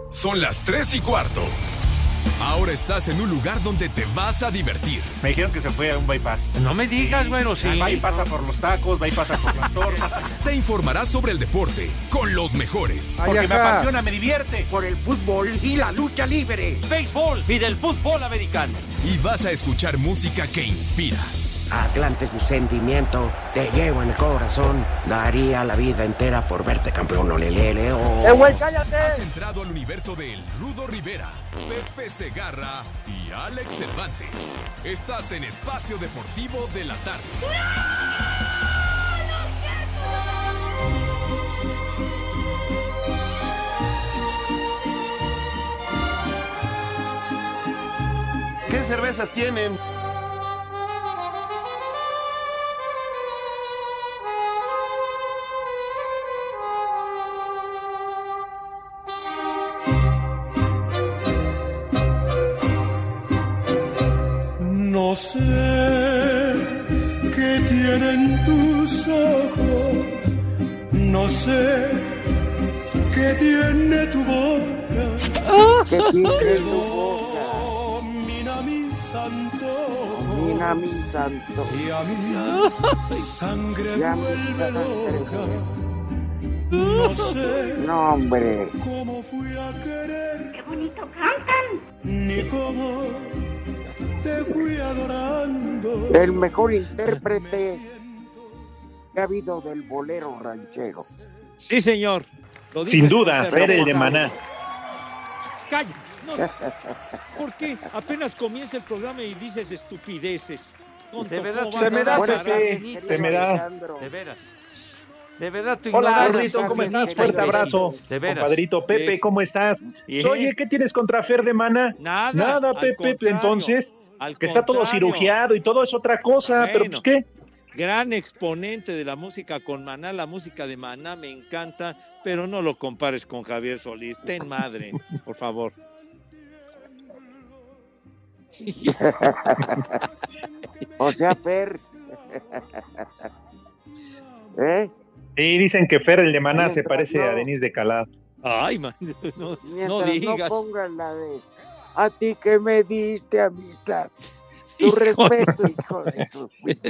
Son las 3:15. Ahora estás en un lugar donde te vas a divertir. Me dijeron que se fue a un bypass. No me digas, bueno, sí. Va y pasa por los tacos, va y pasa por las tortas. Te informarás sobre el deporte con los mejores. Porque me apasiona, me divierte. Por el fútbol y la lucha libre. Béisbol y del fútbol americano. Y vas a escuchar música que inspira. Atlante es mi sentimiento, te llevo en el corazón. Daría la vida entera por verte campeón, olelele, oh. Güey, cállate. Has entrado al universo de El Rudo Rivera, Pepe Segarra y Alex Cervantes. Estás en Espacio Deportivo de la Tarde. ¿Qué cervezas tienen? No sé qué tienen tus ojos, no sé qué tiene tu boca. ¿Qué tiene tu boca? Mina mi santo, Mina mi santo. y a mí sangre Ya vuelve me loca. No sé No, hombre. cómo fui a querer. ¡Qué bonito cantan! Ni cómo te fui adorando. El mejor intérprete que ha habido del bolero ranchero. Sí, señor. Lo dices Sin duda, con Fer el de certeza. Maná. Calla. No, ¿por qué? Apenas comienza el programa y dices estupideces. Tonto, De verdad, ¿cómo se vas me a da, hablar? Pepe, se me da. Alejandro. De veras. De verdad, tu Hola, ignorancia Rito, es ¿cómo estás? infinita, Fuerte imbécil. abrazo. De veras. Compadrito Pepe, Bien. ¿cómo estás? Bien. Oye, ¿qué tienes contra Fer de Mana? Nada, al Pepe, contrario, entonces, al que está todo contrario. cirugiado y todo es otra cosa, pero Bueno. pues ¿qué? Gran exponente de la música con Maná, la música de Maná me encanta, pero no lo compares con Javier Solís. Ten madre, por favor. O sea, Fer. ¿Eh? Sí, dicen que Fer el de Maná se Mientras parece a no- Denise de Calab. Ay, man, no Mientras digas. no pongan la de a ti que me diste amistad. Tu respeto, hijo de su.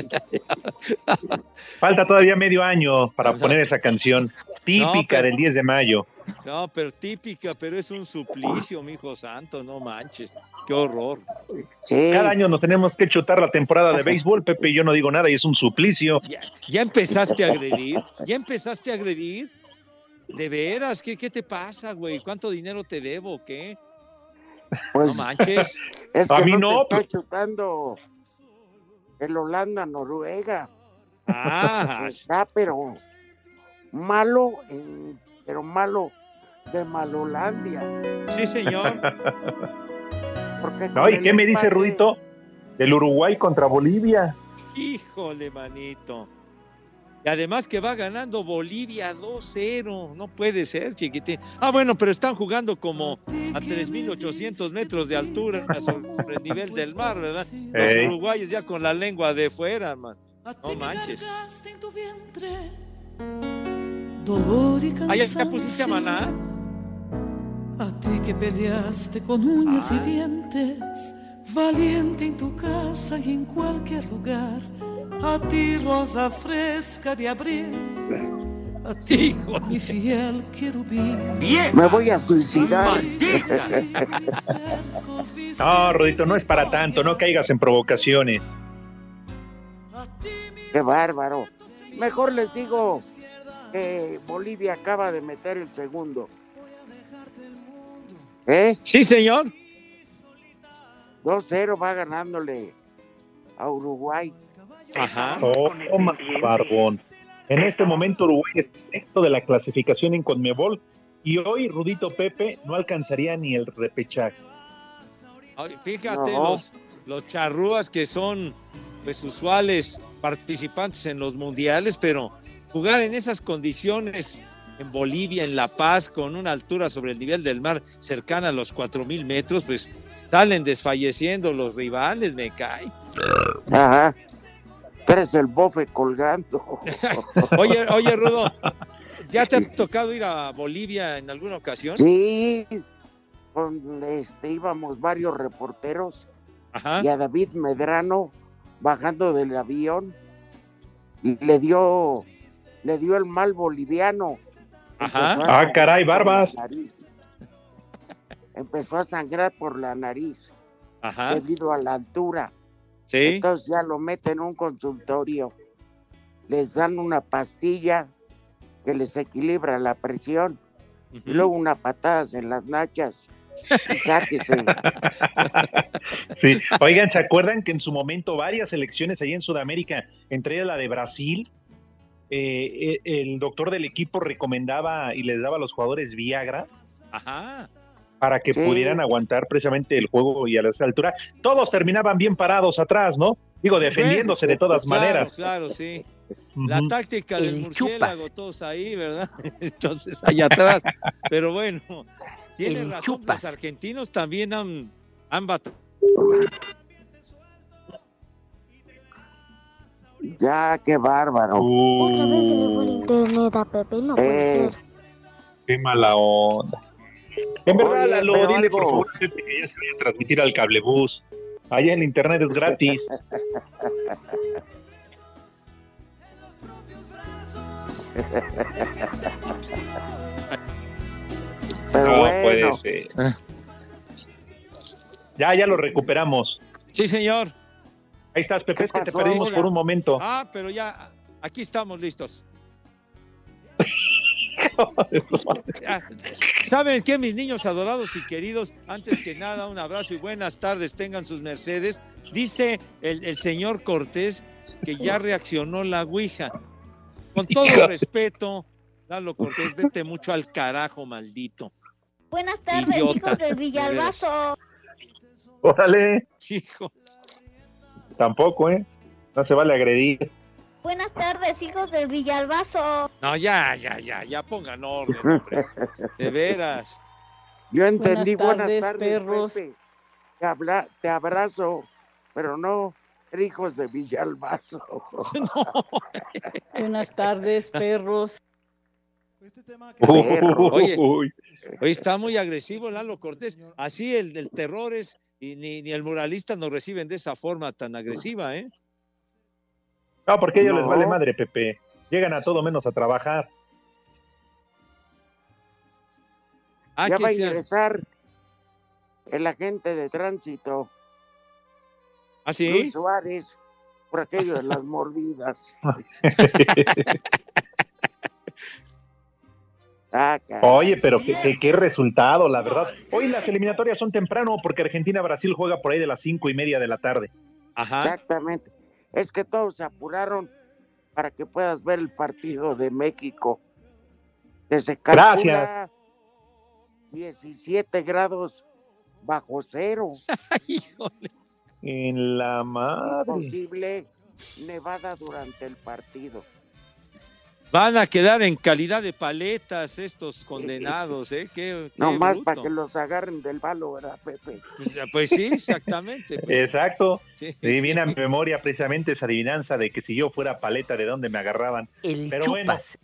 Falta todavía medio año para poner esa canción típica pero- del 10 de mayo. No, pero típica, pero es un suplicio, mi hijo santo, no manches. Qué horror. Sí. Cada año nos tenemos que chutar la temporada de béisbol, Pepe y yo no digo nada y es un suplicio. ¿Ya empezaste a agredir? ¿Ya empezaste a agredir? ¿De veras? ¿Qué te pasa, güey? ¿Cuánto dinero te debo o qué? Pues, No manches. es A que mí no, no, te está chutando el Holanda-Noruega. Ah, Está, pero malo, pero malo de Malolandia. sí, señor. Porque No, con ¿y el qué me dice empate- Rudito? Del Uruguay contra Bolivia. Híjole, manito. Y además que va ganando Bolivia 2-0. No puede ser, chiquitín. Ah, bueno, pero están jugando como a 3,800 metros de altura sobre el nivel del mar, ¿verdad? Los Ey. uruguayos ya con la lengua de fuera, man. No manches. Ah, ¿ya pusiste a Maná? A ti que peleaste con uñas y Ah. dientes, valiente en tu casa y en cualquier lugar. A ti, rosa fresca de abril. A ti, Híjole. mi fiel querubín. Me voy a suicidar. No, Rudito, no es para tanto, no caigas en provocaciones. Qué bárbaro. Mejor les digo que Bolivia acaba de meter el segundo. Sí, señor. 2-0 va ganándole a Uruguay. Ajá. Toma, barbón. En este momento Uruguay es sexto de la clasificación en Conmebol y hoy Rudito Pepe no alcanzaría ni el repechaje. Ay, fíjate, No. los charrúas que son pues usuales participantes en los mundiales, pero jugar en esas condiciones en Bolivia, en La Paz, con una altura sobre el nivel del mar cercana a los 4,000 metros, pues salen desfalleciendo los rivales, me cae. Ajá. Pero es el bofe colgando. Oye, Rudo, ¿ya te ha tocado ir a Bolivia en alguna ocasión? Sí, íbamos varios reporteros Ajá. y a David Medrano bajando del avión le dio el mal boliviano. Ajá. Ah, caray, Barbas. Empezó a sangrar por la nariz Ajá. debido a la altura. Sí. Entonces ya lo meten en un consultorio, les dan una pastilla que les equilibra la presión, y luego una patadas en las nachas y sáquese. Sí. Oigan, ¿se acuerdan que en su momento varias selecciones allí en Sudamérica, entre ellas la de Brasil, el doctor del equipo recomendaba y les daba a los jugadores Viagra? Ajá. Para que pudieran aguantar precisamente el juego y a esa altura? Todos terminaban bien parados atrás, ¿no? Digo, defendiéndose de todas maneras. Claro, sí. La táctica del murciélago, todos ahí, ¿verdad? Entonces, allá atrás. Pero bueno, tiene razón, los argentinos también han batallado. Ya, qué bárbaro. Otra vez se le fue el internet a Pepe, no puede ser. Qué mala onda. En verdad, Oye, Lalo, pero dile algo- por favor Pepe, que ya se vaya a transmitir al cablebús. Allá en internet es gratis. Pero No bueno, puede ser. Ya lo recuperamos. Sí, señor. Ahí estás, Pepe, es que te pasó? perdimos por un momento. Ah, pero ya, aquí estamos listos. Ya, ¿saben qué, mis niños adorados y queridos? Antes que nada, un abrazo y buenas tardes, tengan sus mercedes. Dice el señor Cortés que ya reaccionó la Ouija. Con todo respeto, Lalo Cortés, vete mucho al carajo, maldito. Buenas tardes, Idiota. hijos del Villalbazo. Órale, Hijo. tampoco, no se vale agredir. Buenas tardes, hijos del Villalbazo. No, ya, pongan orden, hombre. De veras. yo entendí Buenas buenas tardes, tardes, perros. Pepe. Te abrazo, pero no hijos de Villalbazo. Buenas tardes, perros. Oye, Uy. hoy está muy agresivo Lalo Cortés. Así el terror es, y ni el muralista nos reciben de esa forma tan agresiva, ¿eh? No, porque a ellos No. les vale madre, Pepe. Llegan a todo menos a trabajar. Ah, Ya que va a sea- ingresar el agente de tránsito, ¿Ah, sí? Luis Suárez, por aquello de las mordidas. Ah, caray. Oye, pero qué resultado, la verdad. Hoy las eliminatorias son temprano porque Argentina-Brasil juega por ahí de las 5:30 de la tarde. Ajá. Exactamente. Es que todos se apuraron para que puedas ver el partido de México. Que se calcula Gracias. 17 grados bajo cero. Híjole. En la madre. Posible nevada durante el partido. Van a quedar en calidad de paletas estos condenados, ¿eh? Qué No más bruto. para que los agarren del balo, ¿verdad, Pepe? Pues sí, exactamente. Pues, Exacto. sí. Sí, viene a mi memoria precisamente esa adivinanza de que si yo fuera paleta, ¿de dónde me agarraban? El Pero chupas.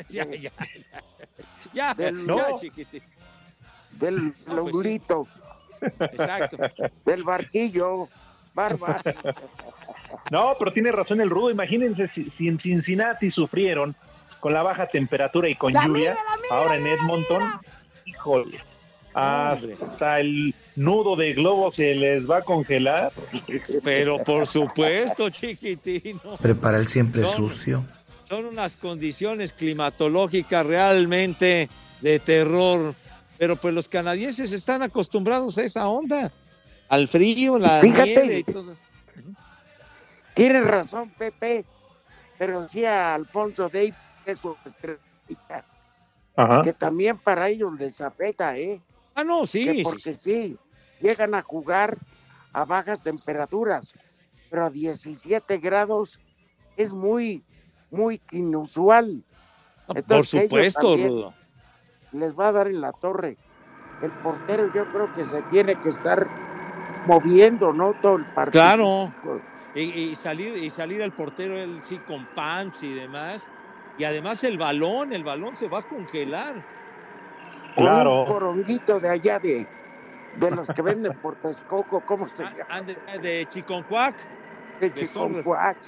Ya, No. chiquitín. Del pues sí. Laurito, Exacto. del barquillo, Barbas. No, pero tiene razón el Rudo. Imagínense si en Cincinnati sufrieron con la baja temperatura y con lluvia, ahora en Edmonton, híjole, hasta el nudo de globo se les va a congelar. Pero por supuesto, chiquitino. Prepara el siempre Son- sucio. Son unas condiciones climatológicas realmente de terror. Pero pues los canadienses están acostumbrados a esa onda. Al frío, la Fíjate. nieve y todo. Tienes razón, Pepe, pero sí a Alfonso Dave, eso Ajá. que también para ellos les afecta, ¿eh? Ah, no, Que sí. porque sí, llegan a jugar a bajas temperaturas, pero a 17 grados es muy inusual. Por Entonces, ellos supuesto, también Rudo. les va a dar en la torre. El portero yo creo que se tiene que estar moviendo, ¿no? Todo el partido. Claro. Y salir el portero él sí con pants y demás. Y además el balón se va a congelar. Con Claro. un coronguito de allá de De los que venden por Texcoco, ¿cómo se llama? De Chiconcuac. De Chiconcuac.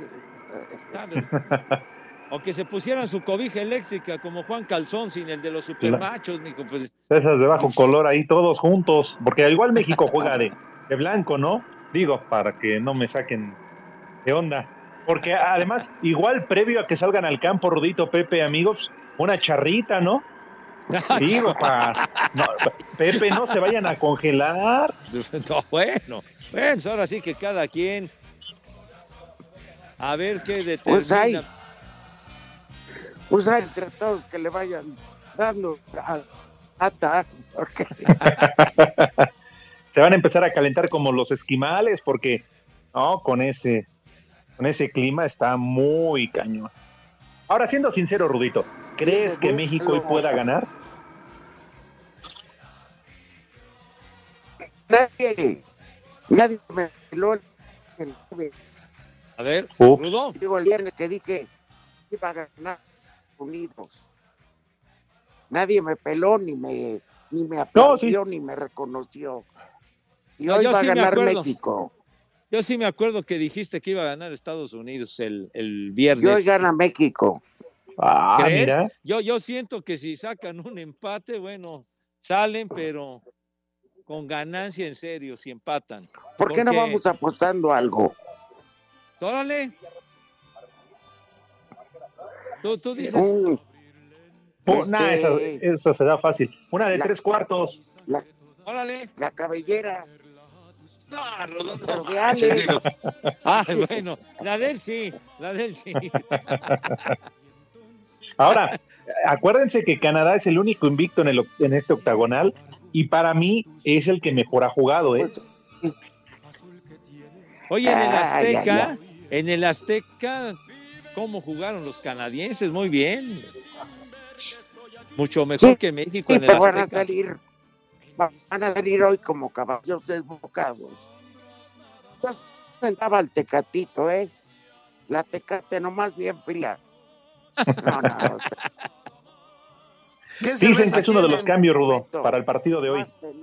O que se pusieran su cobija eléctrica como Juan Calzón sin el de los supermachos, mijo. Pues. Esas de bajo color ahí todos juntos, porque igual México juega de blanco, ¿no? Digo, para que no me saquen de onda. Porque además, igual previo a que salgan al campo, Rudito, Pepe, amigos, una charrita, ¿no? Digo, Pepe, no se vayan a congelar. No, bueno, ahora sí que cada quien a ver qué determina. Pues hay entre todos que le vayan dando ata, porque se van a empezar a calentar como los esquimales, porque no, con ese clima está muy cañón. Ahora, siendo sincero, Rudito, ¿crees que México hoy pueda ganar? Nadie me peló el... A ver, Rudo. Digo el viernes que dije que iba a ganar Unidos. Nadie me peló, ni me aplaudió, ni me reconoció. Y hoy va a ganar México. Yo sí me acuerdo que dijiste que iba a ganar Estados Unidos el viernes. Y hoy gana México. ¿Crees? Mira. Yo siento que si sacan un empate, bueno, salen, pero con ganancia en serio, si empatan. ¿Por qué no vamos apostando algo? Órale. Tú dices. Esa se da fácil. Una de 3/4. Órale. La cabellera. No, bueno, la de él sí. Ahora, acuérdense que Canadá es el único invicto en este octagonal y para mí es el que mejor ha jugado, ¿eh? Oye, en el Azteca, ¿cómo jugaron los canadienses? Muy bien. Mucho mejor que México en el Azteca. Van a salir hoy como caballos desbocados. Yo sentaba al Tecatito, la Tecate nomás bien fría. Dicen que es uno de los cambios, Rudo, para el partido de hoy.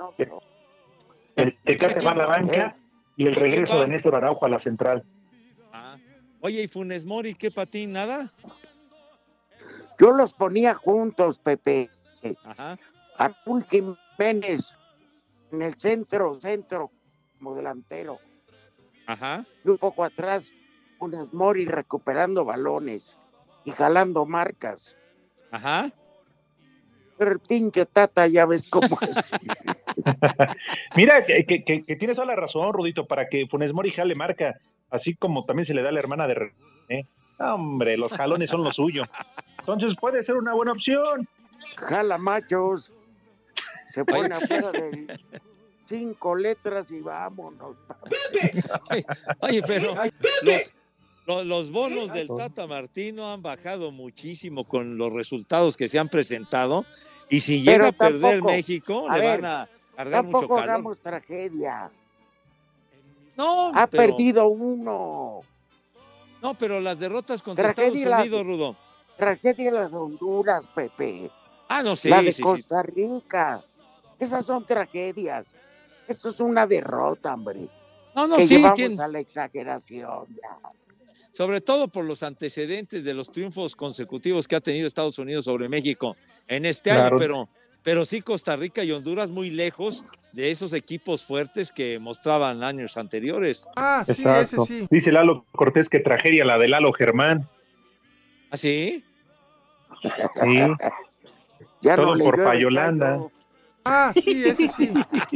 El Tecate va a la banca y el regreso de Néstor Araujo a la central. Oye, ¿y Funes Mori qué patín? ¿Nada? Yo los ponía juntos, Pepe. Ajá. A Raúl Jiménez en el centro como delantero. Ajá. Y un poco atrás, Funes Mori recuperando balones y jalando marcas. Ajá. Pero el pinche Tata ya ves cómo es. Mira, que tienes toda la razón, Rudito, para que Funes Mori jale marca, así como también se le da a la hermana de hombre, los jalones son lo suyo. Entonces puede ser una buena opción. Jala machos. Se pone afuera de 5 letras y vámonos. Oye, pero los bonos del Tata Martino han bajado muchísimo con los resultados que se han presentado. Y si llega a perder México, le van a cargar mucho calor. Tampoco hagamos tragedia. No, ha perdido uno. No, pero las derrotas contra Estados Unidos, Rudo. Tragedia las de Honduras, Pepe. No sé. La de Costa Rica. Esas son tragedias. Esto es una derrota, hombre. Que llevamos a la exageración ya. Sobre todo por los antecedentes de los triunfos consecutivos que ha tenido Estados Unidos sobre México en este año, pero sí Costa Rica y Honduras muy lejos de esos equipos fuertes que mostraban años anteriores. Sí, ese sí. Dice Lalo Cortés que tragedia la de Lalo Germán. ¿Ah, sí? Sí. Ya todo no por Payolanda. Sí, ese sí.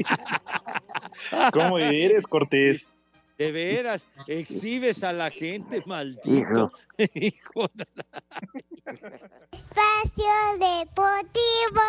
¿Cómo eres, Cortés? De veras, exhibes a la gente, maldito. Hijo de... Espacio Deportivo.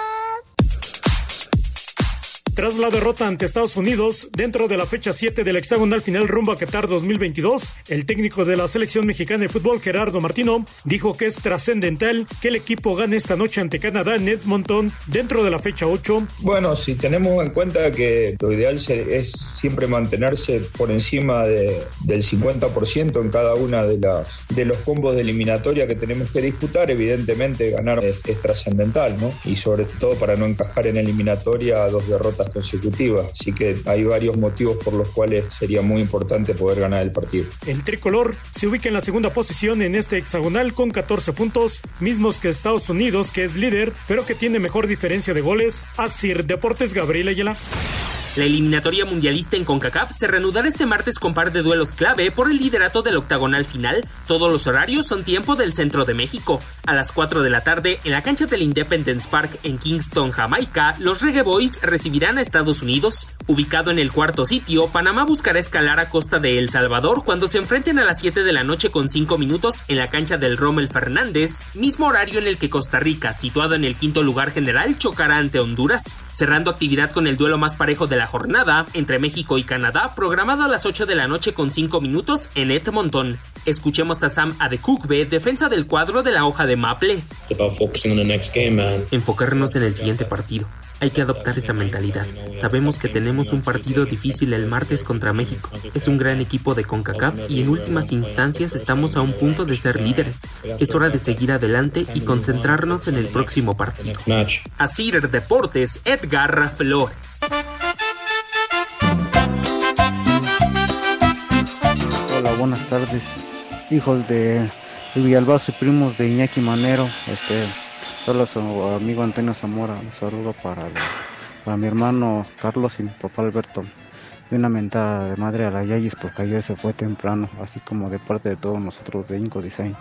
Tras la derrota ante Estados Unidos, dentro de la fecha 7 del hexagonal final rumbo a Qatar 2022, el técnico de la selección mexicana de fútbol, Gerardo Martino, dijo que es trascendental que el equipo gane esta noche ante Canadá en Edmonton dentro de la fecha 8. Bueno, si tenemos en cuenta que lo ideal es siempre mantenerse por encima del 50% en cada una de los combos de eliminatoria que tenemos que disputar, evidentemente ganar es trascendental, ¿no? Y sobre todo para no encajar en eliminatoria 2 derrotas consecutiva. Así que hay varios motivos por los cuales sería muy importante poder ganar el partido. El tricolor se ubica en la segunda posición en este hexagonal con 14 puntos, mismos que Estados Unidos, que es líder, pero que tiene mejor diferencia de goles. Asir Deportes, Gabriel Ayala. La eliminatoria mundialista en CONCACAF se reanudará este martes con par de duelos clave por el liderato del octagonal final. Todos los horarios son tiempo del centro de México. A las 4 de la tarde, en la cancha del Independence Park en Kingston, Jamaica, los Reggae Boys recibirán a Estados Unidos. Ubicado en el cuarto sitio, Panamá buscará escalar a costa de El Salvador cuando se enfrenten a las 7 de la noche con 5 minutos en la cancha del Rommel Fernández, mismo horario en el que Costa Rica, situado en el quinto lugar general, chocará ante Honduras, cerrando actividad con el duelo más parejo de la jornada entre México y Canadá, programado a las 8 de la noche con 5 minutos en Edmonton. Escuchemos a Sam Adekugbe, defensa del cuadro de la hoja de Maple. Enfocarnos en el siguiente partido. Hay que adoptar esa mentalidad. Sabemos que tenemos un partido difícil el martes contra México. Es un gran equipo de CONCACAF y en últimas instancias estamos a un punto de ser líderes. Es hora de seguir adelante y concentrarnos en el próximo partido. Asir Deportes, Edgar Flores. Hola, buenas tardes. Hijos de Villalbazo y primos de Iñaki Manero. Solo su amigo Antonio Zamora. Un saludo para mi hermano Carlos y mi papá Alberto. Y una mentada de madre a la Yayis porque ayer se fue temprano, así como de parte de todos nosotros de Inco Design.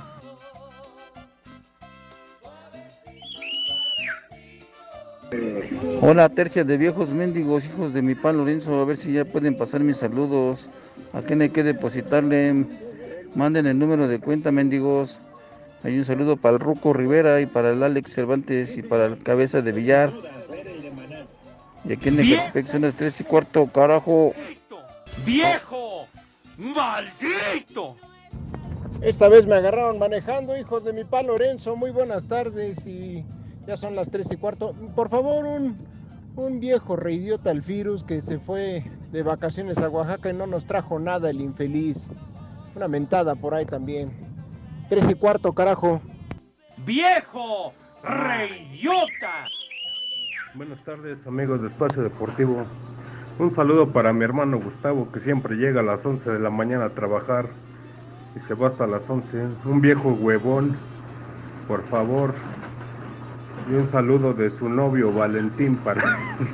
Hola, tercia de viejos mendigos, hijos de mi pan Lorenzo, a ver si ya pueden pasar mis saludos. ¿A quién hay que depositarle? Manden el número de cuenta, mendigos. Hay un saludo para el Ruco Rivera y para el Alex Cervantes y para el Cabeza de Villar. Y aquí en Ecatepec son las 3:15, carajo. ¡Viejo! ¡Maldito! Esta vez me agarraron manejando, hijos de mi pa Lorenzo. Muy buenas tardes y ya son las 3:15. Por favor, un viejo reidiota al virus que se fue de vacaciones a Oaxaca y no nos trajo nada, el infeliz. Una mentada por ahí también. 3:15, carajo. ¡Viejo! ¡Reidiota! Buenas tardes, amigos de Espacio Deportivo. Un saludo para mi hermano Gustavo, que siempre llega a las 11 de la mañana a trabajar y se va hasta las 11. Un viejo huevón, por favor. Y un saludo de su novio Valentín para...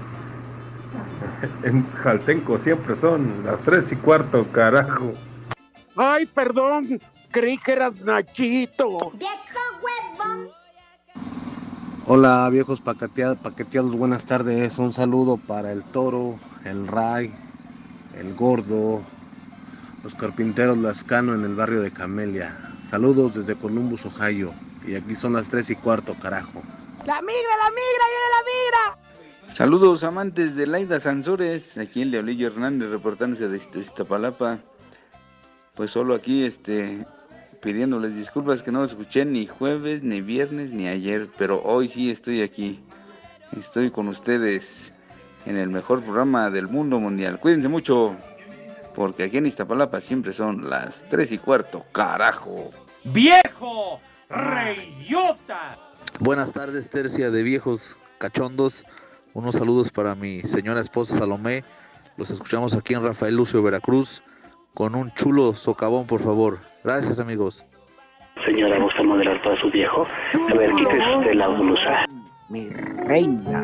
En Jaltenco siempre son las 3:15, carajo. Ay, perdón, creí que eras Nachito. ¡Viejo huevón! Hola, viejos paqueteados, buenas tardes. Un saludo para el Toro, el Ray, el Gordo, los carpinteros Lascano en el barrio de Camelia. Saludos desde Columbus, Ohio. Y aquí son las 3:15, carajo. ¡La migra, viene la migra! Saludos, amantes de Laida Sansores. Aquí en Leolillo Hernández reportándose de Iztapalapa. Pues solo aquí, pidiéndoles disculpas que no los escuché ni jueves, ni viernes, ni ayer, pero hoy sí estoy aquí. Estoy con ustedes en el mejor programa del mundo mundial. Cuídense mucho, porque aquí en Iztapalapa siempre son las 3:15, carajo. ¡Viejo! ¡Reidiota! Buenas tardes, tercia de viejos cachondos. Unos saludos para mi señora esposa Salomé. Los escuchamos aquí en Rafael Lucio, Veracruz. Con un chulo socavón, por favor. Gracias, amigos. Señora, ¿gusta modelar para su viejo? A ver, quítese usted la blusa. Mi reina.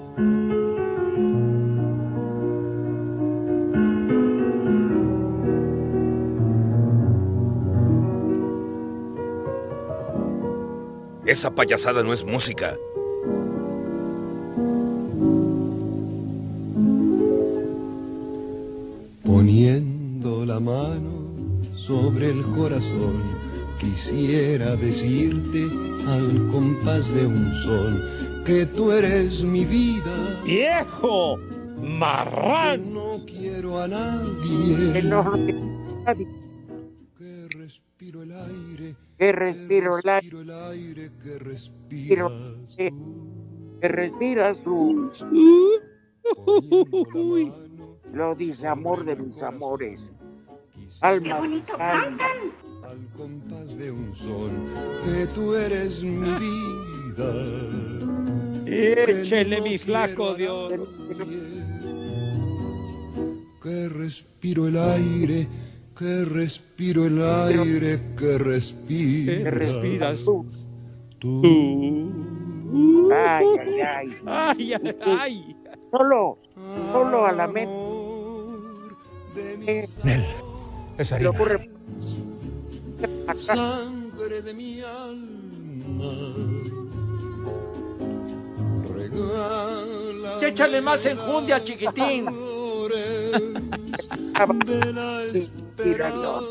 Esa payasada no es música. Poniendo la mano sobre el corazón, quisiera decirte al compás de un son que tú eres mi vida. ¡Viejo! ¡Marrán! No quiero a nadie. Que no que respiro el aire. Que respiro el aire. Que respiras tú. Que respiras tú. Lo dice amor de mis amores. Alma, alma. Al compás de un sol, que tú eres mi vida. Échele, mi flaco Dios. Que respiro el aire, que respiro el aire, que respiras tú. Ay, ay, ay. Ay, ay, ay. Solo a la mente. Nel, es harina. Sangre de mi alma. Regala. Échale más enjundia, chiquitín. De la esperanza.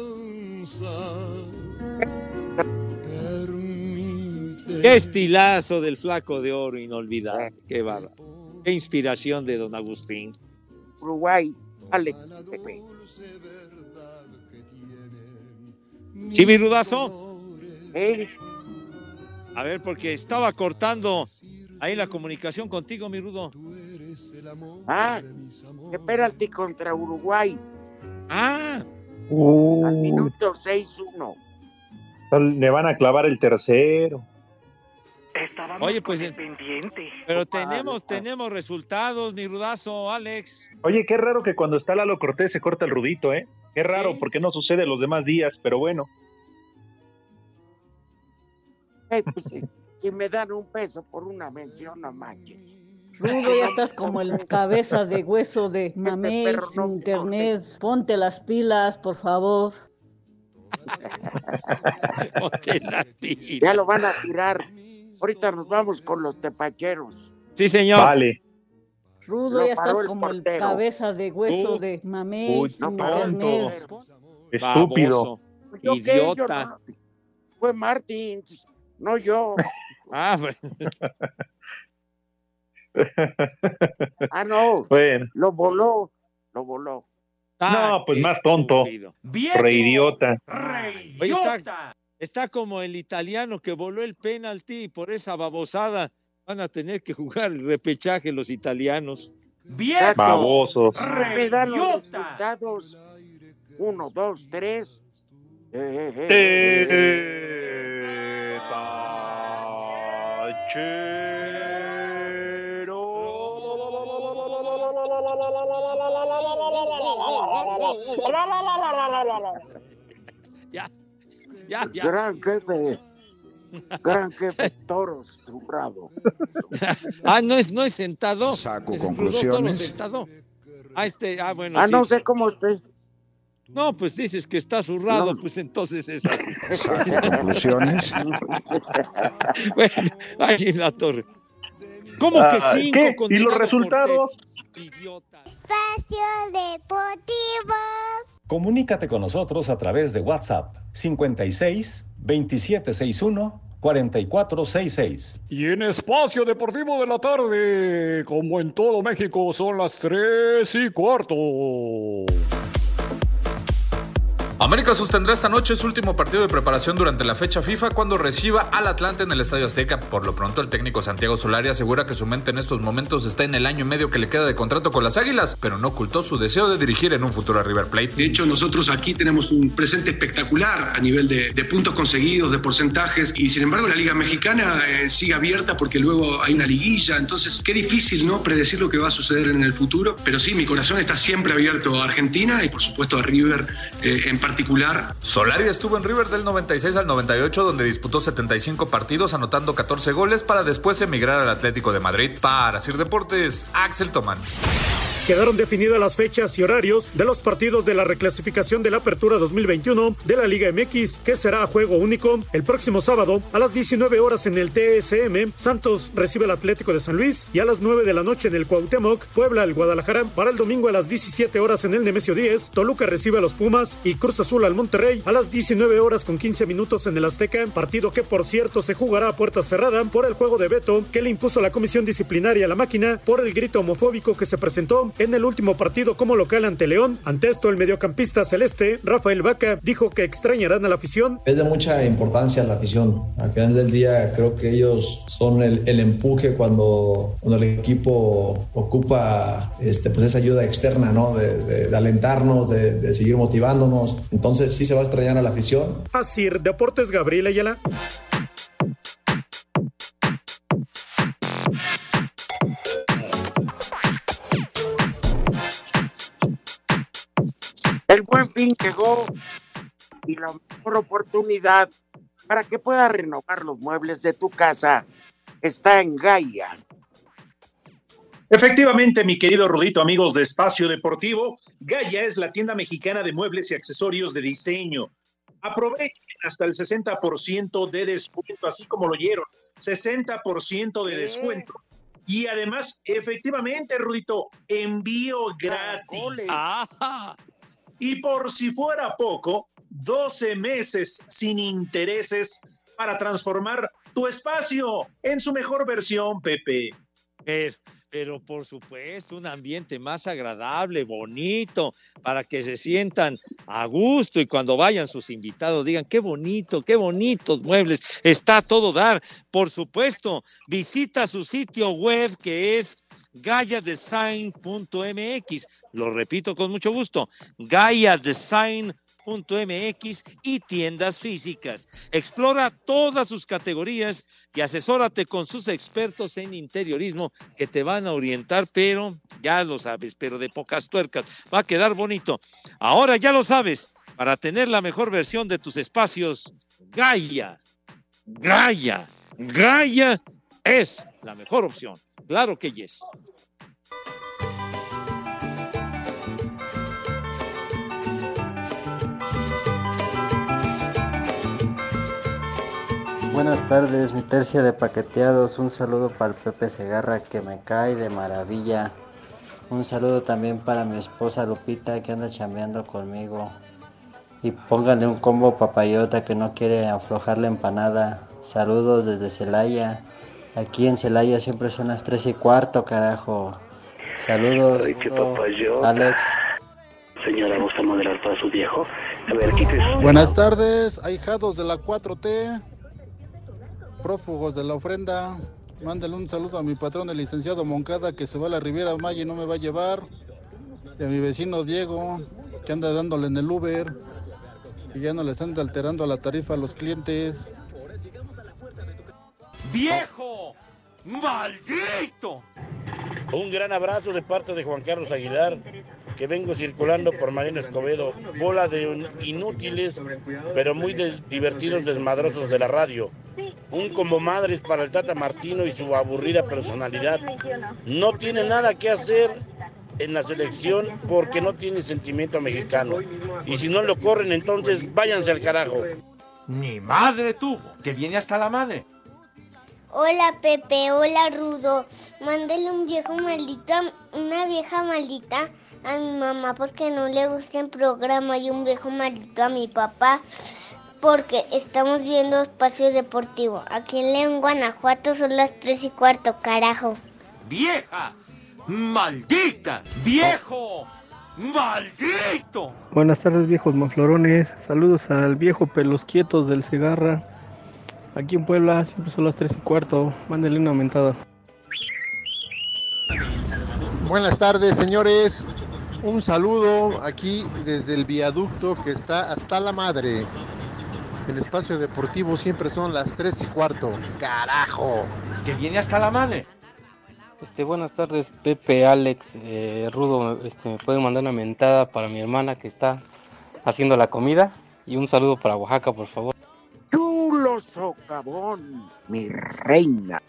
Qué estilazo del Flaco de Oro, inolvidable. Qué bárbaro. Qué inspiración de don Agustín. Uruguay, Alex. ¿Sí, mi Rudazo? A ver, porque estaba cortando ahí la comunicación contigo, mi Rudo. Que penalti contra Uruguay. Al minuto 6-1. Le van a clavar el tercero. Oye, pues, pero tenemos resultados, mi Rudazo, Alex. Oye, qué raro que cuando está Lalo Cortés se corta el Rudito, ¿eh? Qué raro, porque no sucede los demás días, pero bueno. Pues, si me dan un peso por una mención, no manches. Rudo, ya estás como el cabeza de hueso de Mamey, internet. Ponte las pilas, por favor. Ponte las pilas. Ya lo van a tirar. Ahorita nos vamos con los tepacheros. Sí, señor. Vale. Rudo, ya estás como el cabeza de hueso de Mamey, internet. Estúpido. Idiota. Fue Martins, no yo. No. Bueno. Lo voló. No, pues más tonto. Reidiota. Está como el italiano que voló el penalti y por esa babosada van a tener que jugar el repechaje los italianos. ¡Viejo! Babosos. Me dan los resultados. 1, 2, 3. Ya. Gran jefe Toros, tu bravo. No es sentado. Saco conclusiones. Sentado. Bueno. No sé cómo esté. No, pues dices que está zurrado, pues entonces es así. Saco conclusiones. Bueno, ahí en la torre. ¿Cómo que 5? ¿Y los resultados? Idiota. Espacio Deportivo. Comunícate con nosotros a través de WhatsApp 56 2761 4466. Y en Espacio Deportivo de la tarde, como en todo México, son las 3:15. América sostendrá esta noche su último partido de preparación durante la fecha FIFA cuando reciba al Atlante en el Estadio Azteca. Por lo pronto, el técnico Santiago Solari asegura que su mente en estos momentos está en el año y medio que le queda de contrato con las Águilas, pero no ocultó su deseo de dirigir en un futuro a River Plate. De hecho, nosotros aquí tenemos un presente espectacular a nivel de puntos conseguidos, de porcentajes, y sin embargo la Liga Mexicana sigue abierta porque luego hay una liguilla, entonces qué difícil, ¿no?, predecir lo que va a suceder en el futuro, pero sí, mi corazón está siempre abierto a Argentina y por supuesto a River en particular. Solari estuvo en River del 96 al 98, donde disputó 75 partidos, anotando 14 goles para después emigrar al Atlético de Madrid. Para Sir Deportes, Axel Tomán. Quedaron definidas las fechas y horarios de los partidos de la reclasificación de la Apertura 2021 de la Liga MX, que será a juego único el próximo sábado a las 19 horas en el TSM. Santos recibe al Atlético de San Luis y a las 9 de la noche en el Cuauhtémoc. Puebla al Guadalajara. Para el domingo a las 17 horas en el Nemesio 10. Toluca recibe a los Pumas y Cruz Azul al Monterrey a las 19 horas con 15 minutos en el Azteca. Partido que, por cierto, se jugará a puerta cerrada por el juego de veto que le impuso la Comisión Disciplinaria a la máquina por el grito homofóbico que se presentó en el último partido como local ante León. Ante esto, el mediocampista celeste, Rafael Vaca, dijo que extrañarán a la afición. Es de mucha importancia la afición. Al final del día, creo que ellos son el empuje cuando el equipo ocupa pues esa ayuda externa, ¿no? De alentarnos, de seguir motivándonos. Entonces, sí se va a extrañar a la afición. Así, Deportes, Gabriel Ayala. Buen Fin llegó y la mejor oportunidad para que puedas renovar los muebles de tu casa está en Gaia. Efectivamente, mi querido Rudito, amigos de Espacio Deportivo, Gaia es la tienda mexicana de muebles y accesorios de diseño. Aprovechen hasta el 60% de descuento, así como lo oyeron, 60% de descuento. Y además, efectivamente, Rudito, envío gratis. Y por si fuera poco, 12 meses sin intereses para transformar tu espacio en su mejor versión, Pepe. Pero por supuesto, un ambiente más agradable, bonito, para que se sientan a gusto y cuando vayan sus invitados digan, qué bonitos muebles, está todo dar. Por supuesto, visita su sitio web que es GaiaDesign.mx. Lo repito con mucho gusto, GaiaDesign.mx y tiendas físicas. Explora todas sus categorías y asesórate con sus expertos en interiorismo que te van a orientar, pero ya lo sabes, pero de pocas tuercas. Va a quedar bonito. Ahora ya lo sabes, para tener la mejor versión de tus espacios, Gaia es la mejor opción. Claro que yes. Buenas tardes, mi tercia de paqueteados. Un saludo para el Pepe Segarra, que me cae de maravilla. Un saludo también para mi esposa Lupita, que anda chambeando conmigo. Y pónganle un combo papayota, que no quiere aflojar la empanada. Saludos desde Celaya. Aquí en Celaya siempre son las 3:15, carajo. Saludos. Ay, qué papayota. Alex. Señora, ¿gusta modelar para su viejo? A ver, quítese. Buenas tardes, ahijados de la 4T. Prófugos de la ofrenda, mándale un saludo a mi patrón, el licenciado Moncada, que se va a la Riviera Maya y no me va a llevar, y a mi vecino Diego, que anda dándole en el Uber, y ya no les anda alterando la tarifa a los clientes. ¡Viejo! ¡Maldito! Un gran abrazo de parte de Juan Carlos Aguilar, que vengo circulando por Mariano Escobedo, bola de inútiles, pero muy divertidos desmadrosos de la radio. Un como madres para el Tata Martino y su aburrida personalidad. No tiene nada que hacer en la selección porque no tiene sentimiento mexicano. Y si no lo corren, entonces váyanse al carajo. Ni madre tuvo, que viene hasta la madre. Hola Pepe, hola Rudo. Mándale un viejo maldito, una vieja maldita a mi mamá porque no le gusta el programa, y un viejo maldito a mi papá porque estamos viendo Espacio Deportivo. Aquí en León, Guanajuato son las 3:15, carajo. ¡Vieja! ¡Maldita! ¡Viejo! ¡Maldito! Buenas tardes, viejos maflorones. Saludos al viejo Pelos Quietos del Segarra. Aquí en Puebla siempre son las 3:15. Mándale una aumentada. Buenas tardes, señores. Un saludo aquí desde el viaducto que está hasta la madre. El Espacio Deportivo siempre son las 3:15. ¡Carajo! Que viene hasta la madre. Buenas tardes, Pepe, Alex, Rudo. Me pueden mandar una mentada para mi hermana que está haciendo la comida. Y un saludo para Oaxaca, por favor. Chulo socavón, mi reina.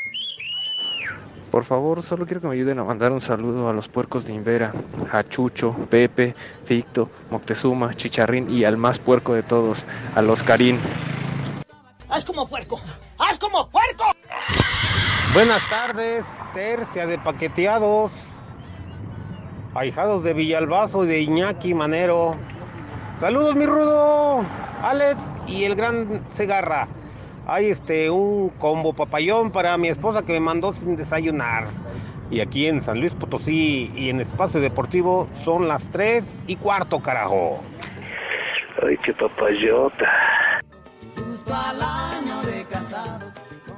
Por favor, solo quiero que me ayuden a mandar un saludo a los puercos de Invera, a Chucho, Pepe, Ficto, Moctezuma, Chicharrín y al más puerco de todos, a los Karim. ¡Haz como puerco! ¡Haz como puerco! Buenas tardes, tercia de paqueteados, ahijados de Villalbazo y de Iñaki Manero. Saludos, mi Rudo, Alex y el gran Segarra. Hay un combo papayón para mi esposa que me mandó sin desayunar. Y aquí en San Luis Potosí y en Espacio Deportivo son las 3:15, carajo. Ay, qué papayota. Justo al año de casados.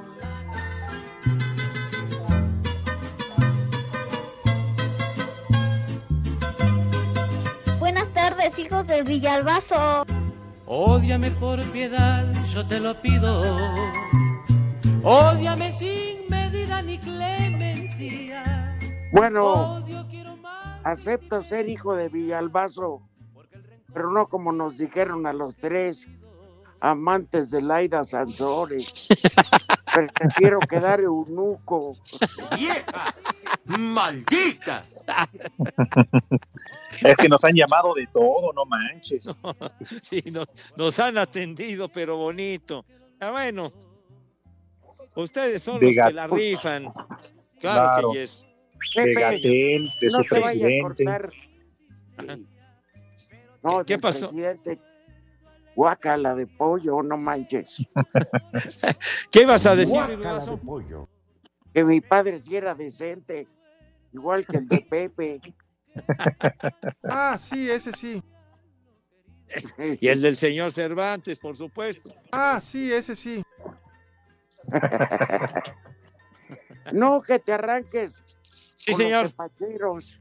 Buenas tardes, hijos de Villalbazo. Ódiame por piedad, yo te lo pido. Ódiame sin medida ni clemencia. Bueno, acepto ser hijo de Villalbazo Pero no como nos dijeron a los tres amantes de Laida Sansores. Prefiero quedar eunuco. ¡Vieja! ¡Maldita! Es que nos han llamado de todo, no manches. No, sí, nos han atendido, pero bonito. Bueno, ustedes son los que la rifan. Claro que yes. De Gatell, de no su presidente. No, ¿Qué pasó? Presidente. Guácala de pollo, no manches. ¿Qué vas a decir, Guácala de pollo. Que mi padre sí era decente, igual que el de Pepe. Ah, sí, ese sí. Y el del señor Cervantes, por supuesto. Ah, sí, ese sí. No, que te arranques. Sí, señor. Tepacheros.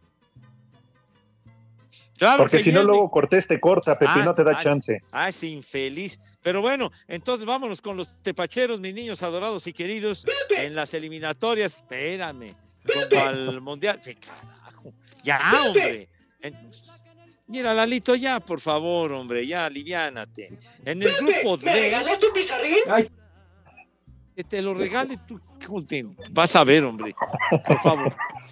Claro, porque si no, luego Cortés te corta, Pepe, no te da chance. Es infeliz. Pero bueno, entonces vámonos con los tepacheros, mis niños adorados y queridos, en las eliminatorias. Espérame, rumbo al Mundial. ¿Qué carajo? Ya, hombre. Mira, Lalito, ya, por favor, hombre, ya, aliviánate. En el grupo D... ¿Me regalas tu pizarrín? Ay, que te lo regale tú. Vas a ver, hombre, por favor.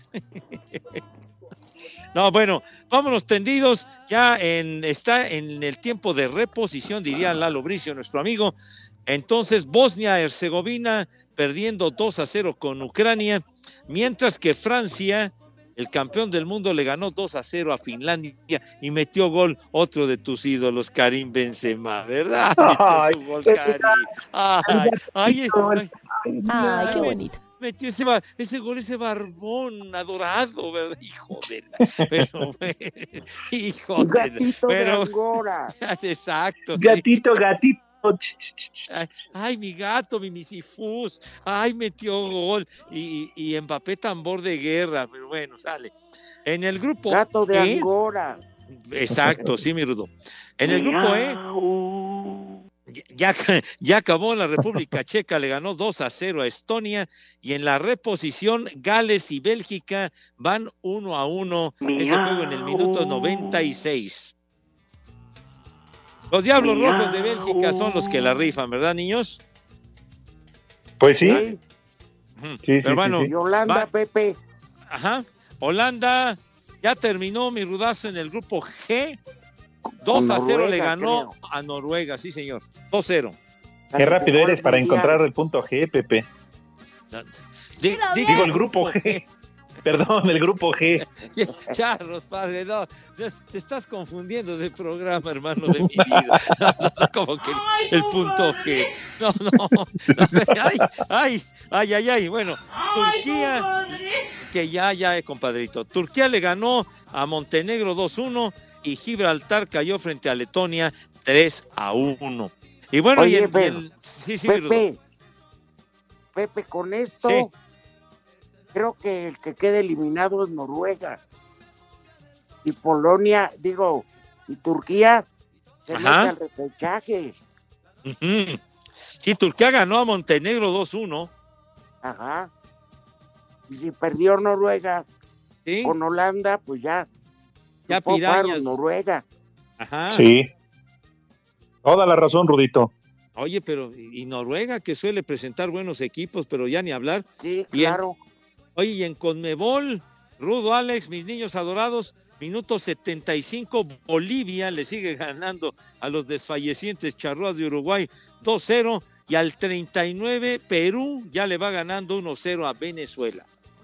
No, bueno, vámonos tendidos, ya está en el tiempo de reposición, diría Lalo Bricio, nuestro amigo. Entonces, Bosnia-Herzegovina perdiendo 2-0 con Ucrania, mientras que Francia, el campeón del mundo, le ganó 2-0 a Finlandia y metió gol otro de tus ídolos, Karim Benzema, ¿verdad? Ay, gol, Karim. Ay, qué bonito. Metió ese gol, ese barbón adorado, ¿verdad? Hijo de la... Pero, hijo de la... Gatito de Angora. Exacto. Gatito. Ay, mi gato, mi misifus. Ay, metió gol. Y Mbappé tambor de guerra. Pero bueno, sale. En el grupo Gato de Angora. Exacto, sí, mi Rudo. En el grupo ya acabó. La República Checa le ganó 2-0 a Estonia, y en la reposición Gales y Bélgica van 1-1. Ese juego en el minuto 96. Los Diablos Rojos de Bélgica son los que la rifan, ¿verdad, niños? Pues sí. Sí, pero bueno, y Holanda, Pepe. Ajá. Holanda ya terminó, mi Rudazo, en el grupo G. 2-0 le ganó a Noruega, sí, señor. 2-0. Qué rápido eres para encontrar el punto G, Pepe. Digo, el grupo G. Perdón, el grupo G. Charros, padre, no. Te estás confundiendo de programa, hermano de mi vida. No, como que el punto G. No. Ay. Bueno, Turquía, que ya, compadrito. Turquía le ganó a Montenegro 2-1. Y Gibraltar cayó frente a Letonia 3-1. Y bueno, oye, sí, Pepe, con esto, sí, creo que el que queda eliminado es Noruega. Y Polonia, y Turquía se mete al repechaje. Uh-huh. Sí, Turquía ganó a Montenegro 2-1. Ajá. Y si perdió Noruega con Holanda, pues ya pirañas. Noruega. Ajá. Sí. Toda la razón, Rudito. Oye, pero y Noruega, que suele presentar buenos equipos, pero ya ni hablar. Sí, claro. Y en Conmebol, Rudo, Alex, mis niños adorados, minuto 75, Bolivia le sigue ganando a los desfallecientes Charrúas de Uruguay 2-0, y al 39 Perú ya le va ganando 1-0 a Venezuela.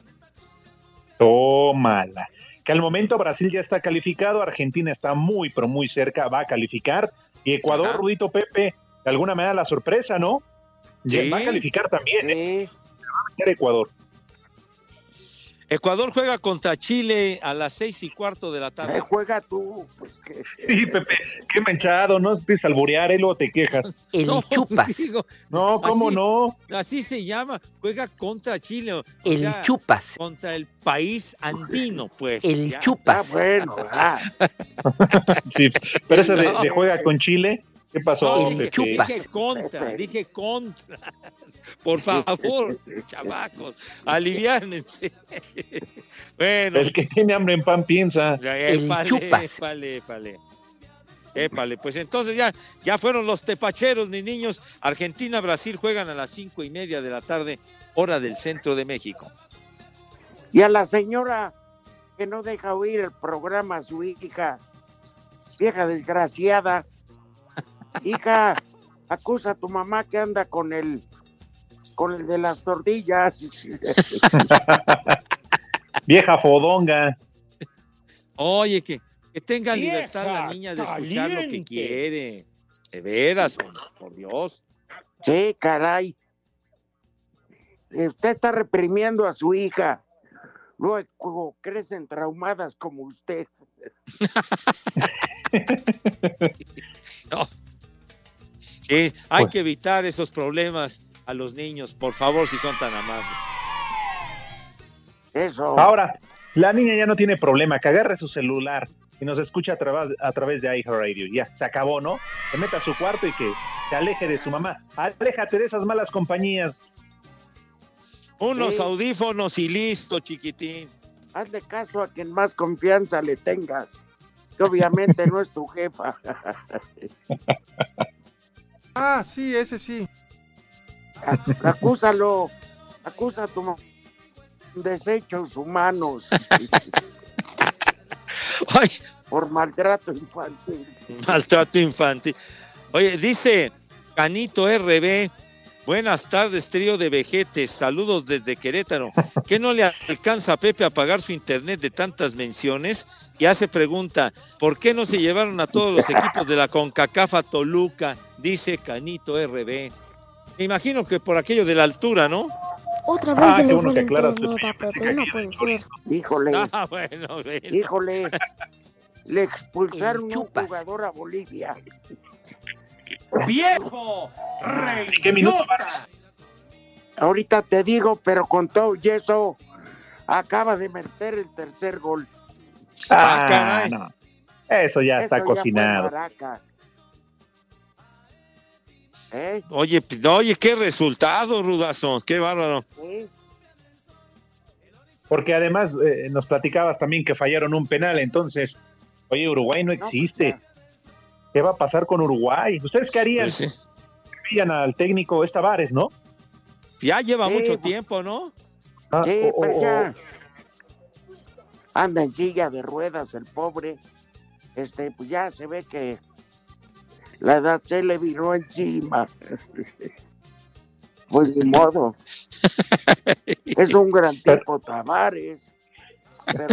Tómala. Que al momento Brasil ya está calificado, Argentina está muy, pero muy cerca, va a calificar, y Ecuador, Rudito, Pepe, de alguna manera la sorpresa, ¿no? Sí. Va a calificar también, sí. Va a meter Ecuador. Ecuador juega contra Chile a las 6:15 de la tarde. Juega tú. Pues Sí, Pepe, qué manchado, no empieces a alburear, luego te quejas. Chupas. No, ¿cómo así, no? Así se llama, juega contra Chile. Chupas. Contra el país andino, pues. Chupas. Bueno, sí, pero eso de juega con Chile, ¿qué pasó? Dije contra. Por favor, chavacos, aliviánense. Bueno. El que tiene hambre en pan piensa. Chupas. Épale, pues entonces ya fueron los tepacheros, mis niños. Argentina, Brasil juegan a las 5:30 de la tarde, hora del centro de México. Y a la señora que no deja oír el programa a su hija, vieja desgraciada, hija, acusa a tu mamá que anda con el de las tortillas. Vieja fodonga. Oye, que tenga libertad la niña de escuchar lo que quiere. De veras, por Dios. Sí, caray. Usted está reprimiendo a su hija. Luego crecen traumadas como usted. No. Sí, hay que evitar esos problemas a los niños, por favor, si son tan amables. Eso. Ahora, la niña ya no tiene problema, que agarre su celular y nos escucha a través de iHeartRadio. Ya, se acabó, ¿no? Se meta a su cuarto y que se aleje de su mamá. Aléjate de esas malas compañías. Unos audífonos y listo, chiquitín. Hazle caso a quien más confianza le tengas, que obviamente no es tu jefa. Ah, sí, ese sí. Acúsalo, acusa a tu desechos humanos. Ay. Por maltrato infantil. Maltrato infantil. Oye, dice Canito RB, buenas tardes, trío de vejetes, saludos desde Querétaro. ¿Qué no le alcanza a Pepe a pagar su internet de tantas menciones? Y hace pregunta, ¿por qué no se llevaron a todos los equipos de la CONCACAF a Toluca? Dice Canito RB. Me imagino que por aquello de la altura, ¿no? Otra vez qué bueno que aclaras. no puede ser. Híjole. Bueno. Híjole. Le expulsaron un jugador a Bolivia. ¡Viejo! ¿Qué minuto? Ahorita te digo, pero con todo y eso, acaba de meter el tercer gol. Caray. No. Eso ya está cocinado. Oye, qué resultado, Rudazo, qué bárbaro. ¿Sí? Porque además nos platicabas también que fallaron un penal, entonces, oye, Uruguay no existe. ¿Qué va a pasar con Uruguay? ¿Ustedes qué harían? Pues sí. Harían al técnico Tavares, ¿no? Ya lleva mucho tiempo, ¿no? Sí, pero ya anda en silla de ruedas el pobre. Pues ya se ve que la edad se le vino encima. Pues ni modo. Es un gran tipo Tavares. Pero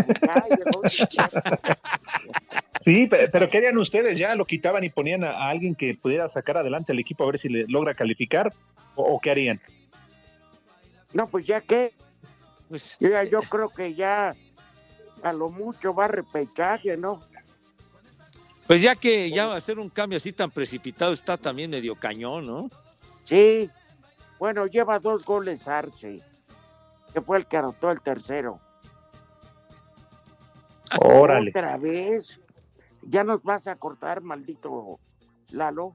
sí, pero ¿qué harían ustedes? ¿Ya lo quitaban y ponían a alguien que pudiera sacar adelante el equipo a ver si le logra calificar? ¿O qué harían? No, pues ya que yo creo que ya a lo mucho va a repechaje, ¿no? Pues ya que ya hacer un cambio así tan precipitado está también medio cañón, ¿no? Sí, bueno, lleva 2 goles Arce, que fue el que anotó el tercero. Órale. Otra vez, ya nos vas a cortar, maldito Lalo.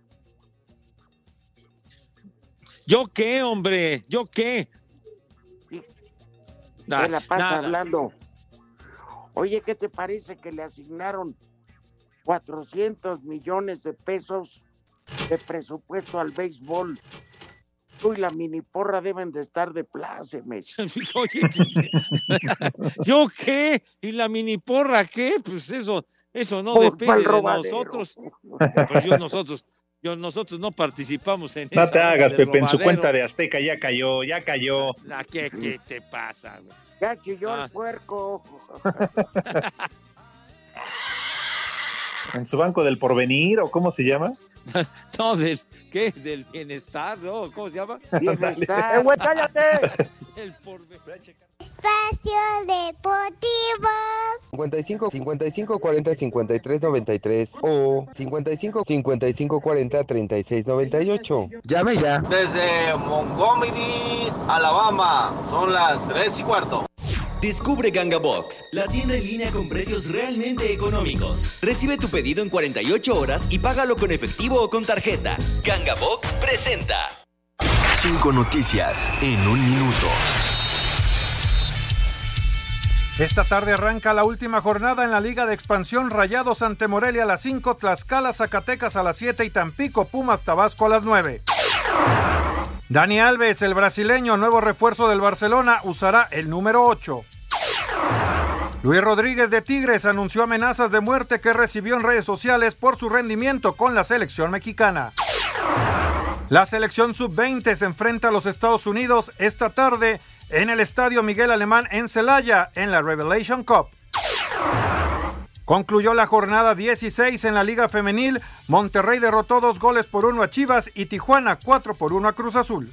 ¿Yo qué, hombre? ¿Yo qué? Sí. Te la pasa hablando. Oye, ¿qué te parece que le asignaron 400 millones de pesos de presupuesto al béisbol? Tú y la mini porra deben de estar de plácemes. Oye, ¿yo qué? ¿Y la mini porra qué? Pues eso no depende de nosotros. Pues nosotros no participamos en eso. No te hagas, Pepe, en su cuenta de Azteca ya cayó. ¿Qué te pasa, güey? Ya chilló el puerco. ¿En su banco del porvenir o cómo se llama? No, del bienestar, ¿no? ¿Cómo se llama? Bienestar. ¡Güey, cállate! El porvenir. Espacio Deportivo. 55 55 40 53 93 o 55 55 40 36 98. Llame ya. Desde Montgomery, Alabama, son las 3:15. Descubre Ganga Box, la tienda en línea con precios realmente económicos. Recibe tu pedido en 48 horas y págalo con efectivo o con tarjeta. Ganga Box presenta 5 noticias en un minuto. Esta tarde arranca la última jornada en la Liga de Expansión. Rayados ante Morelia a las 5, Tlaxcala, Zacatecas a las 7 y Tampico, Pumas, Tabasco a las 9. Dani Alves, el brasileño, nuevo refuerzo del Barcelona, usará el número 8. Luis Rodríguez de Tigres anunció amenazas de muerte que recibió en redes sociales por su rendimiento con la selección mexicana. La selección sub-20 se enfrenta a los Estados Unidos esta tarde en el Estadio Miguel Alemán en Celaya, en la Revelation Cup. Concluyó la jornada 16 en la Liga Femenil. Monterrey derrotó 2-1 a Chivas y Tijuana 4-1 a Cruz Azul.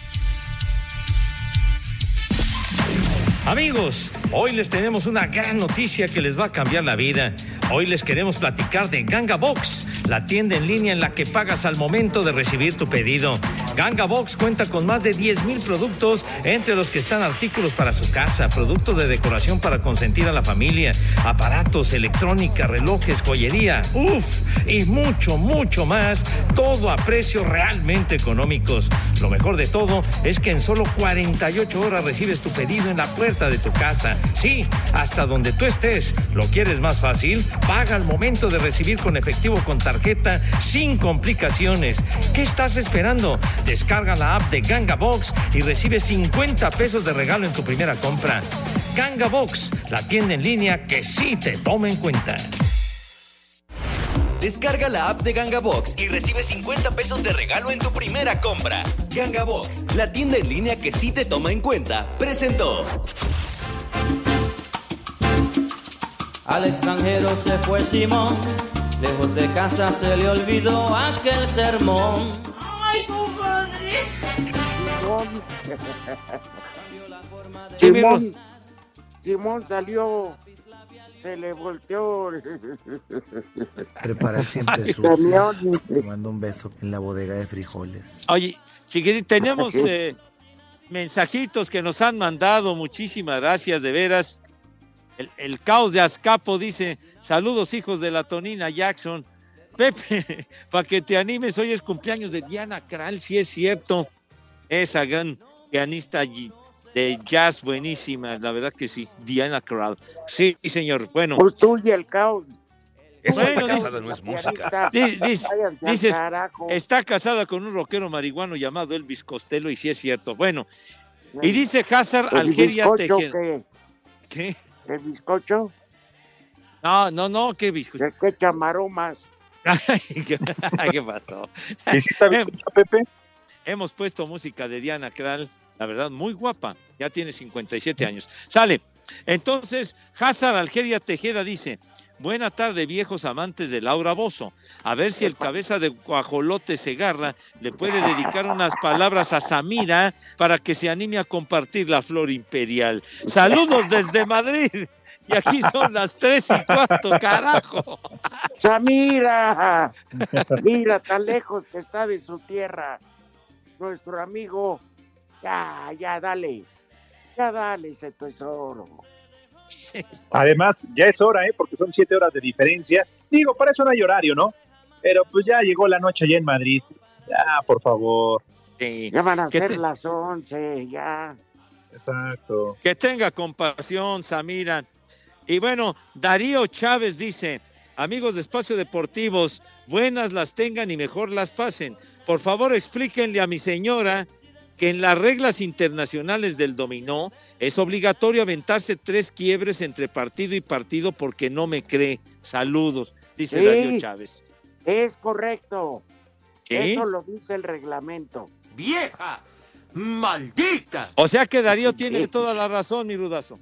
Amigos, hoy les tenemos una gran noticia que les va a cambiar la vida. Hoy les queremos platicar de Ganga Box, la tienda en línea en la que pagas al momento de recibir tu pedido. Ganga Box cuenta con más de 10,000 productos, entre los que están artículos para su casa, productos de decoración para consentir a la familia, aparatos, electrónica, relojes, joyería, y mucho, mucho más, todo a precios realmente económicos. Lo mejor de todo es que en solo 48 horas recibes tu pedido en la puerta de tu casa. Sí, hasta donde tú estés. ¿Lo quieres más fácil? Paga al momento de recibir con efectivo o con tarjeta sin complicaciones. ¿Qué estás esperando? Descarga la app de Ganga Box y recibe 50 pesos de regalo en tu primera compra. Ganga Box, la tienda en línea que sí te toma en cuenta. Descarga la app de Ganga Box y recibe 50 pesos de regalo en tu primera compra. Ganga Box, la tienda en línea que sí te toma en cuenta, presentó. Al extranjero se fue Simón, lejos de casa se le olvidó aquel sermón. ¡Ay, compadre! Simón salió, se le volteó. Prepara siempre sucio. Te mando un beso en la bodega de frijoles. Oye, chiquitín, tenemos mensajitos que nos han mandado. Muchísimas gracias, de veras. El caos de Azcapo dice: saludos, hijos de la Tonina Jackson. Pepe, para que te animes, hoy es cumpleaños de Diana Krall, si es cierto. Esa gran pianista de jazz buenísima, la verdad que sí, Diana Krall. Sí, señor, bueno. Pues tú y el caos. Esa casada no es música. Dices, está casada con un rockero marihuano llamado Elvis Costello, y sí es cierto. Bueno, y dice Hazard Algeria Tejeda. ¿Qué? ¿El bizcocho? No, ¿qué bizcocho? El que echa maromas. ¿Qué pasó? ¿Y si está bien, Pepe? Hemos puesto música de Diana Krall, la verdad, muy guapa. Ya tiene 57 años. Sale. Entonces, Hazard Algeria Tejeda dice: buena tarde, viejos amantes de Laura Bozzo. A ver si el cabeza de guajolote Segarra le puede dedicar unas palabras a Samira para que se anime a compartir la flor imperial. Saludos desde Madrid. Y aquí son las 3:15, carajo. Samira, mira tan lejos que está de su tierra. Nuestro amigo, ya dale ese tesoro. Además, ya es hora, porque son 7 horas de diferencia. Digo, para eso no hay horario, ¿no? Pero pues ya llegó la noche allá en Madrid. Ya, por favor. Sí. Ya van a ser las 11, ya. Exacto. Que tenga compasión, Samira. Y bueno, Darío Chávez dice: amigos de Espacio Deportivos, buenas las tengan y mejor las pasen. Por favor, explíquenle a mi señora que en las reglas internacionales del dominó es obligatorio aventarse 3 quiebres entre partido y partido porque no me cree. Saludos, dice sí, Darío Chávez. Es correcto. ¿Sí? Eso lo dice el reglamento. ¡Vieja! ¡Maldita! O sea que Darío tiene toda la razón, mi rudazo.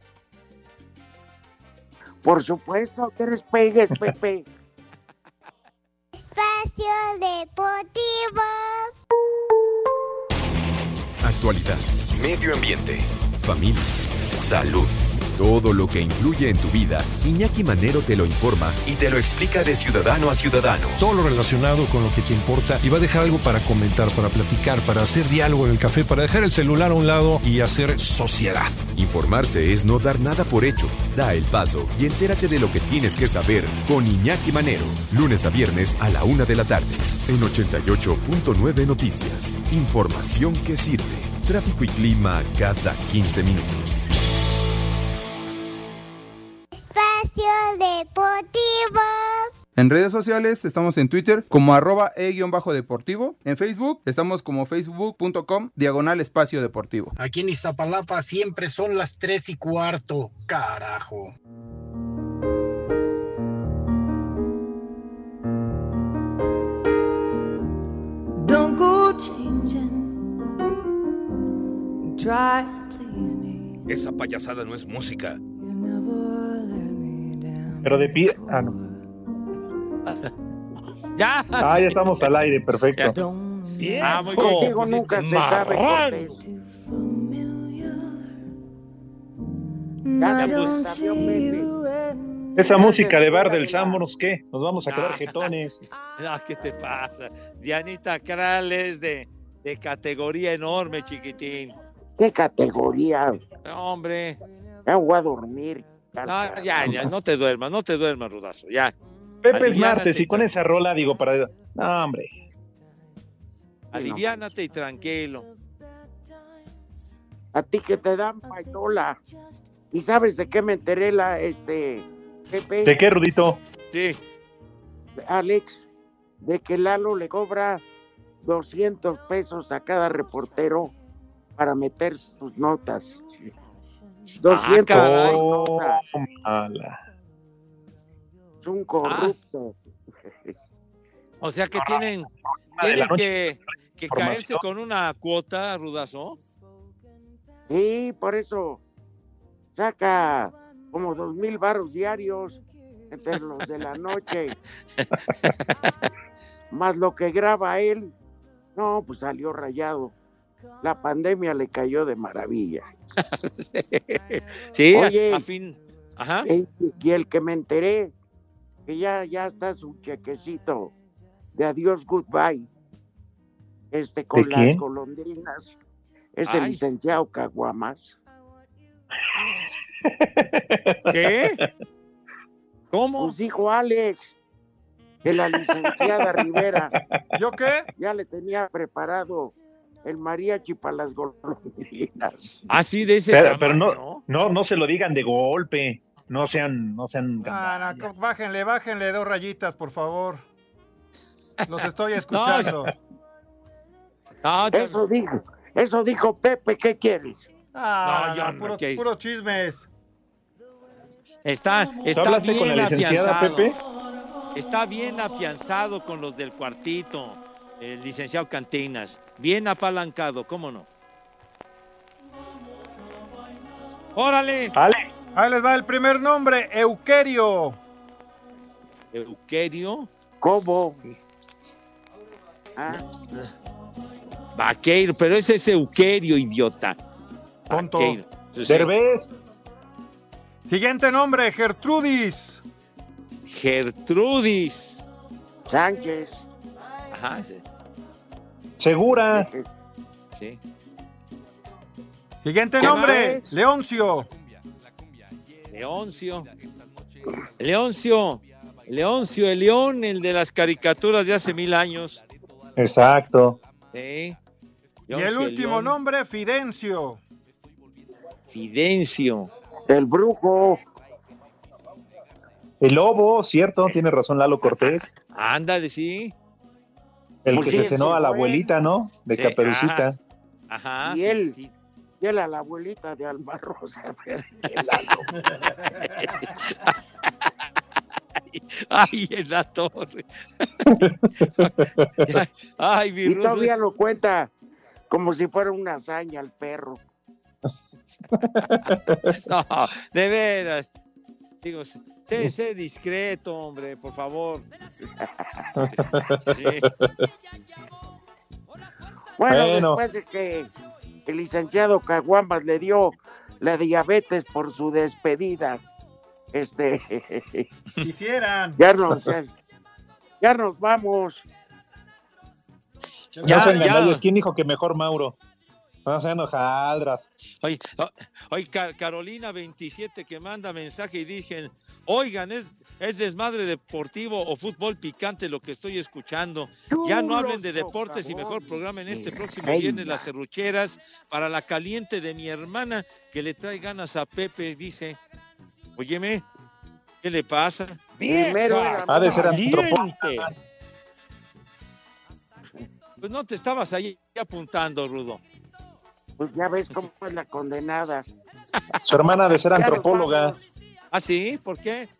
Por supuesto que eres pegues, Pepe. Espacio Deportivo. Actualidad, medio ambiente, familia, salud. Todo lo que influye en tu vida, Iñaki Manero te lo informa y te lo explica de ciudadano a ciudadano. Todo lo relacionado con lo que te importa, y va a dejar algo para comentar, para platicar, para hacer diálogo en el café, para dejar el celular a un lado y hacer sociedad. Informarse es no dar nada por hecho. Da el paso y entérate de lo que tienes que saber con Iñaki Manero. Lunes a viernes a la 1 de la tarde. En 88.9 Noticias. Información que sirve. Tráfico y clima cada 15 minutos. Espacio Deportivo. En redes sociales estamos en Twitter como @e_deportivo. En Facebook estamos como facebook.com/espacio deportivo. Aquí en Iztapalapa siempre son las 3:15, carajo. Don't go changing, try to please me. Esa payasada no es música. Pero de pie. Ah, no. Ya. Ah, ya estamos al aire, perfecto. Bien. Muy contigo nunca se sabe, Cortés. Esa música de bar del Sambors, ¿qué? Nos vamos a quedar jetones. ¿Qué te pasa? Dianita Kral es de categoría enorme, chiquitín. ¿Qué categoría? Hombre. Ya voy a dormir. Ya, no te duermas, Rudazo, ya. Pepe es martes y con esa rola digo para... No, hombre. Aliviánate y tranquilo. A ti que te dan payola. ¿Y sabes de qué me enteré Pepe? ¿De qué, Rudito? Sí. Alex, de que Lalo le cobra 200 pesos a cada reportero para meter sus notas. 200 notas. Es un corrupto. O sea que tienen que caerse con una cuota, Rudazo. Sí, por eso saca como 2,000 varos diarios entre los de la noche. Más lo que graba él. No, pues salió rayado. La pandemia le cayó de maravilla. Sí, oye, a fin. Ajá. Y el que me enteré que ya está su chequecito de adiós, goodbye. Con las golondrinas. El licenciado Caguamas. ¿Qué? ¿Cómo? Pues dijo Alex que la licenciada Rivera. ¿Yo qué? Ya le tenía preparado el mariachi para las golondrinas. Sí, de ese pero no se lo digan de golpe. No sean bájenle 2 rayitas, por favor. Los estoy escuchando. Eso dijo Pepe, ¿qué quieres? Puro chismes. Está bien con la afianzado. Pepe? Está bien afianzado con los del cuartito, el licenciado Cantinas. Bien apalancado, ¿cómo no? ¡Órale! Ahí les va el primer nombre, Euquerio. ¿Euquerio? ¿Cómo? Vaqueiro, pero ese es Euquerio, idiota. Tonto. Derbez. Siguiente nombre, Gertrudis. Sánchez. Ajá, sí. Segura. Sí. Siguiente nombre, Leoncio. Leoncio, el león, el de las caricaturas de hace 1000 años. Exacto. Sí. Y el último nombre, Fidencio. El brujo. El lobo, cierto, tiene razón Lalo Cortés. Ándale, sí. El que se cenó a la abuelita, ¿no? De Caperucita. Ajá. Y él a la abuelita de Alma Rosa. Ay, en la torre. Ay, mi y todavía lo cuenta como si fuera una hazaña al perro. No, de veras. Digo, sé discreto, hombre, por favor. Sí. Bueno, después de que el licenciado Caguamas le dio la diabetes por su despedida, quisieran. Ya nos vamos. Ya se engañó. ¿Quién dijo que mejor Mauro? No sean hojaldras. Oye, Carolina 27 que manda mensaje y dije, oigan, es desmadre deportivo o fútbol picante lo que estoy escuchando. Ya no hablen de deportes y mejor programen este próximo viernes las serrucheras para la caliente de mi hermana que le trae ganas a Pepe, dice. Óyeme, ¿Qué le pasa? Primero ha de ser antropóloga. Pues no te estabas ahí apuntando, Rudo. Pues ya ves cómo es la condenada. Su hermana ha de ser antropóloga. ¿Ah, sí? ¿Por qué?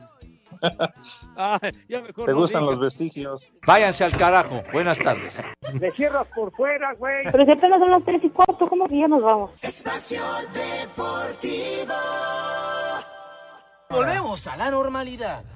Ya mejor ¿Te no gustan digas. los vestigios? Váyanse al carajo. Buenas tardes. Le cierras por fuera, güey. Pero si apenas son las 3:15, ¿cómo que ya nos vamos? Espacio Deportivo. Volvemos a la normalidad.